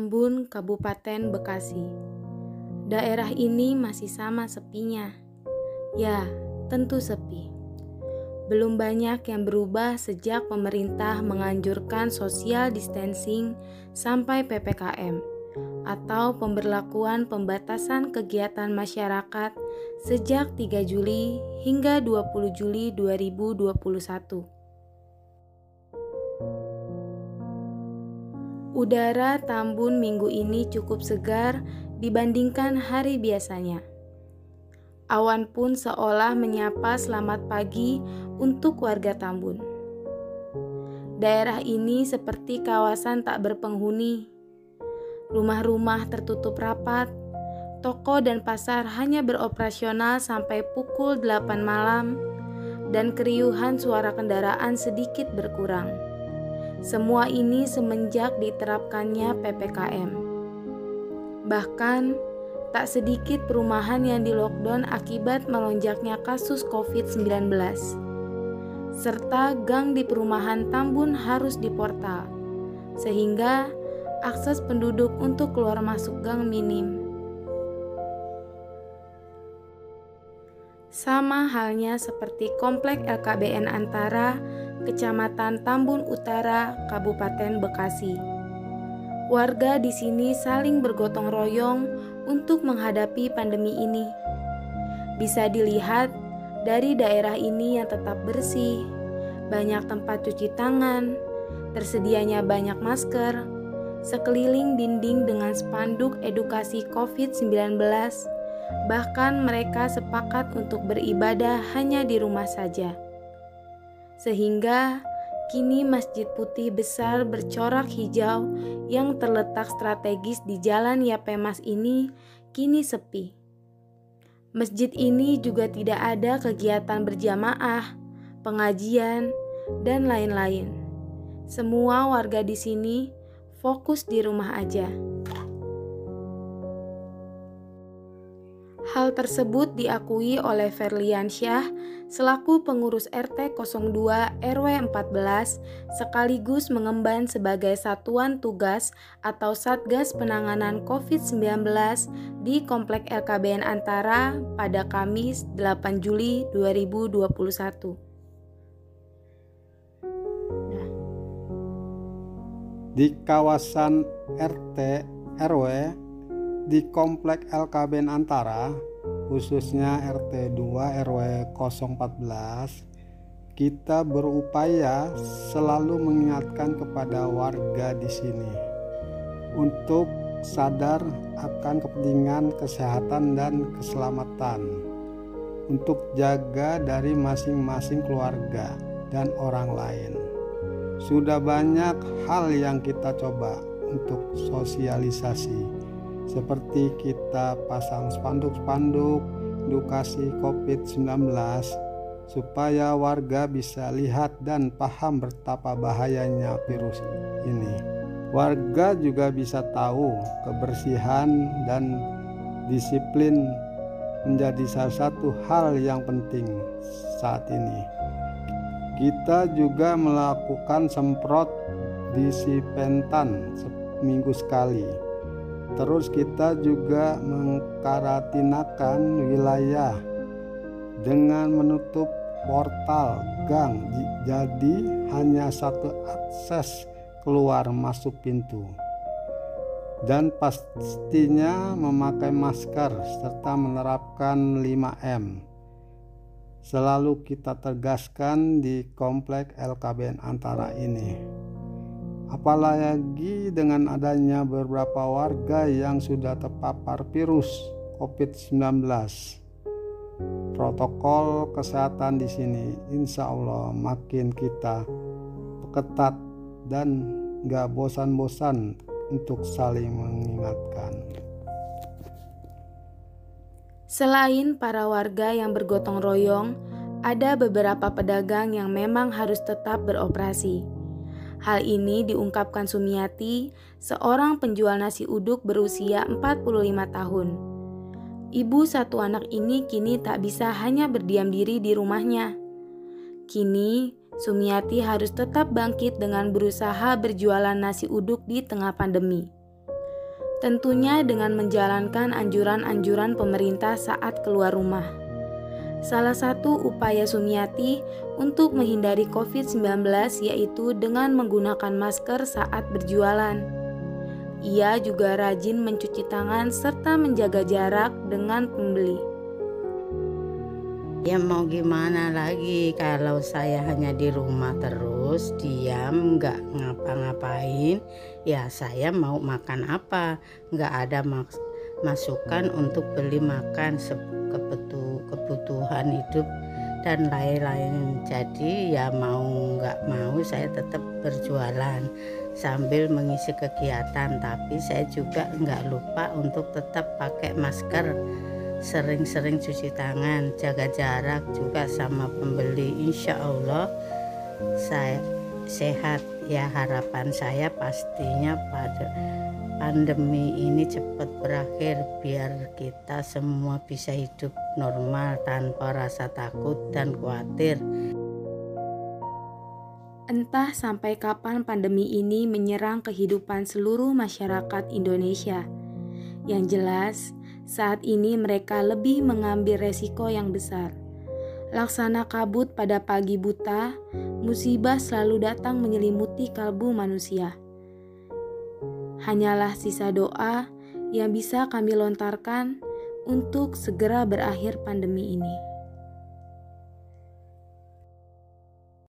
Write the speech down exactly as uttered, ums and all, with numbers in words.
Tambun, Kabupaten Bekasi. Daerah ini masih sama sepinya. Ya, tentu sepi. Belum banyak yang berubah sejak pemerintah menganjurkan social distancing sampai P P K M atau pemberlakuan pembatasan kegiatan masyarakat sejak tiga Juli hingga dua puluh Juli dua ribu dua puluh satu. Udara Tambun minggu ini cukup segar dibandingkan hari biasanya. Awan pun seolah menyapa selamat pagi untuk warga Tambun. Daerah ini seperti kawasan tak berpenghuni. Rumah-rumah tertutup rapat, toko dan pasar hanya beroperasional sampai pukul delapan malam, dan keriuhan suara kendaraan sedikit berkurang. Semua ini semenjak diterapkannya P P K M. Bahkan, tak sedikit perumahan yang di-lockdown akibat melonjaknya kasus covid sembilan belas. Serta gang di perumahan Tambun harus diportal, sehingga akses penduduk untuk keluar masuk gang minim. Sama halnya seperti Komplek L K B N Antara, Kecamatan Tambun Utara, Kabupaten Bekasi. Warga di sini saling bergotong royong untuk menghadapi pandemi ini. Bisa dilihat dari daerah ini yang tetap bersih, banyak tempat cuci tangan, tersedianya banyak masker, sekeliling dinding dengan spanduk edukasi covid sembilan belas, bahkan mereka sepakat untuk beribadah hanya di rumah saja. Sehingga kini Masjid Putih besar bercorak hijau yang terletak strategis di Jalan Yapemas ini kini sepi. Masjid ini juga tidak ada kegiatan berjamaah, pengajian, dan lain-lain. Semua warga di sini fokus di rumah aja. Hal tersebut diakui oleh Ferliansyah selaku pengurus R T nol dua R W empat belas sekaligus mengemban sebagai satuan tugas atau Satgas Penanganan covid sembilan belas di Komplek L K B N Antara pada Kamis delapan Juli dua ribu dua puluh satu. Nah. Di kawasan R T R W di Komplek L K B N Antara, khususnya R T dua R W nol empat belas, kita berupaya selalu mengingatkan kepada warga di sini untuk sadar akan kepentingan kesehatan dan keselamatan, untuk jaga dari masing-masing keluarga dan orang lain. Sudah banyak hal yang kita coba untuk sosialisasi, seperti kita pasang spanduk-spanduk edukasi covid sembilan belas supaya warga bisa lihat dan paham betapa bahayanya virus ini. Warga juga bisa tahu kebersihan dan disiplin menjadi salah satu hal yang penting saat ini. Kita juga melakukan semprot disinfektan seminggu sekali. Terus kita juga mengkarantinakan wilayah dengan menutup portal gang, jadi hanya satu akses keluar masuk pintu. Dan pastinya memakai masker serta menerapkan lima M. Selalu kita tegaskan di Komplek L K B N Antara ini. Apalagi dengan adanya beberapa warga yang sudah terpapar virus covid sembilan belas. Protokol kesehatan di sini insya Allah makin kita ketat dan gak bosan-bosan untuk saling mengingatkan. Selain para warga yang bergotong royong, ada beberapa pedagang yang memang harus tetap beroperasi. Hal ini diungkapkan Sumiati, seorang penjual nasi uduk berusia empat puluh lima tahun. Ibu satu anak ini kini tak bisa hanya berdiam diri di rumahnya. Kini, Sumiati harus tetap bangkit dengan berusaha berjualan nasi uduk di tengah pandemi. Tentunya dengan menjalankan anjuran-anjuran pemerintah saat keluar rumah. Salah satu upaya Sumiati untuk menghindari covid sembilan belas yaitu dengan menggunakan masker saat berjualan. Ia juga rajin mencuci tangan serta menjaga jarak dengan pembeli. Ya mau gimana lagi kalau saya hanya di rumah terus diam nggak ngapa-ngapain, ya saya mau makan apa, nggak ada maks- masukan untuk beli makan kebutu- kebutuhan hidup dan lain-lain. Jadi ya mau nggak mau saya tetap berjualan sambil mengisi kegiatan, tapi saya juga nggak lupa untuk tetap pakai masker, sering-sering cuci tangan, jaga jarak juga sama pembeli. Insya Allah saya sehat ya, harapan saya pastinya pada pandemi ini cepat berakhir biar kita semua bisa hidup normal tanpa rasa takut dan khawatir. Entah sampai kapan pandemi ini menyerang kehidupan seluruh masyarakat Indonesia. Yang jelas, saat ini mereka lebih mengambil resiko yang besar. Laksana kabut pada pagi buta, musibah selalu datang menyelimuti kalbu manusia. Hanyalah sisa doa yang bisa kami lontarkan untuk segera berakhir pandemi ini.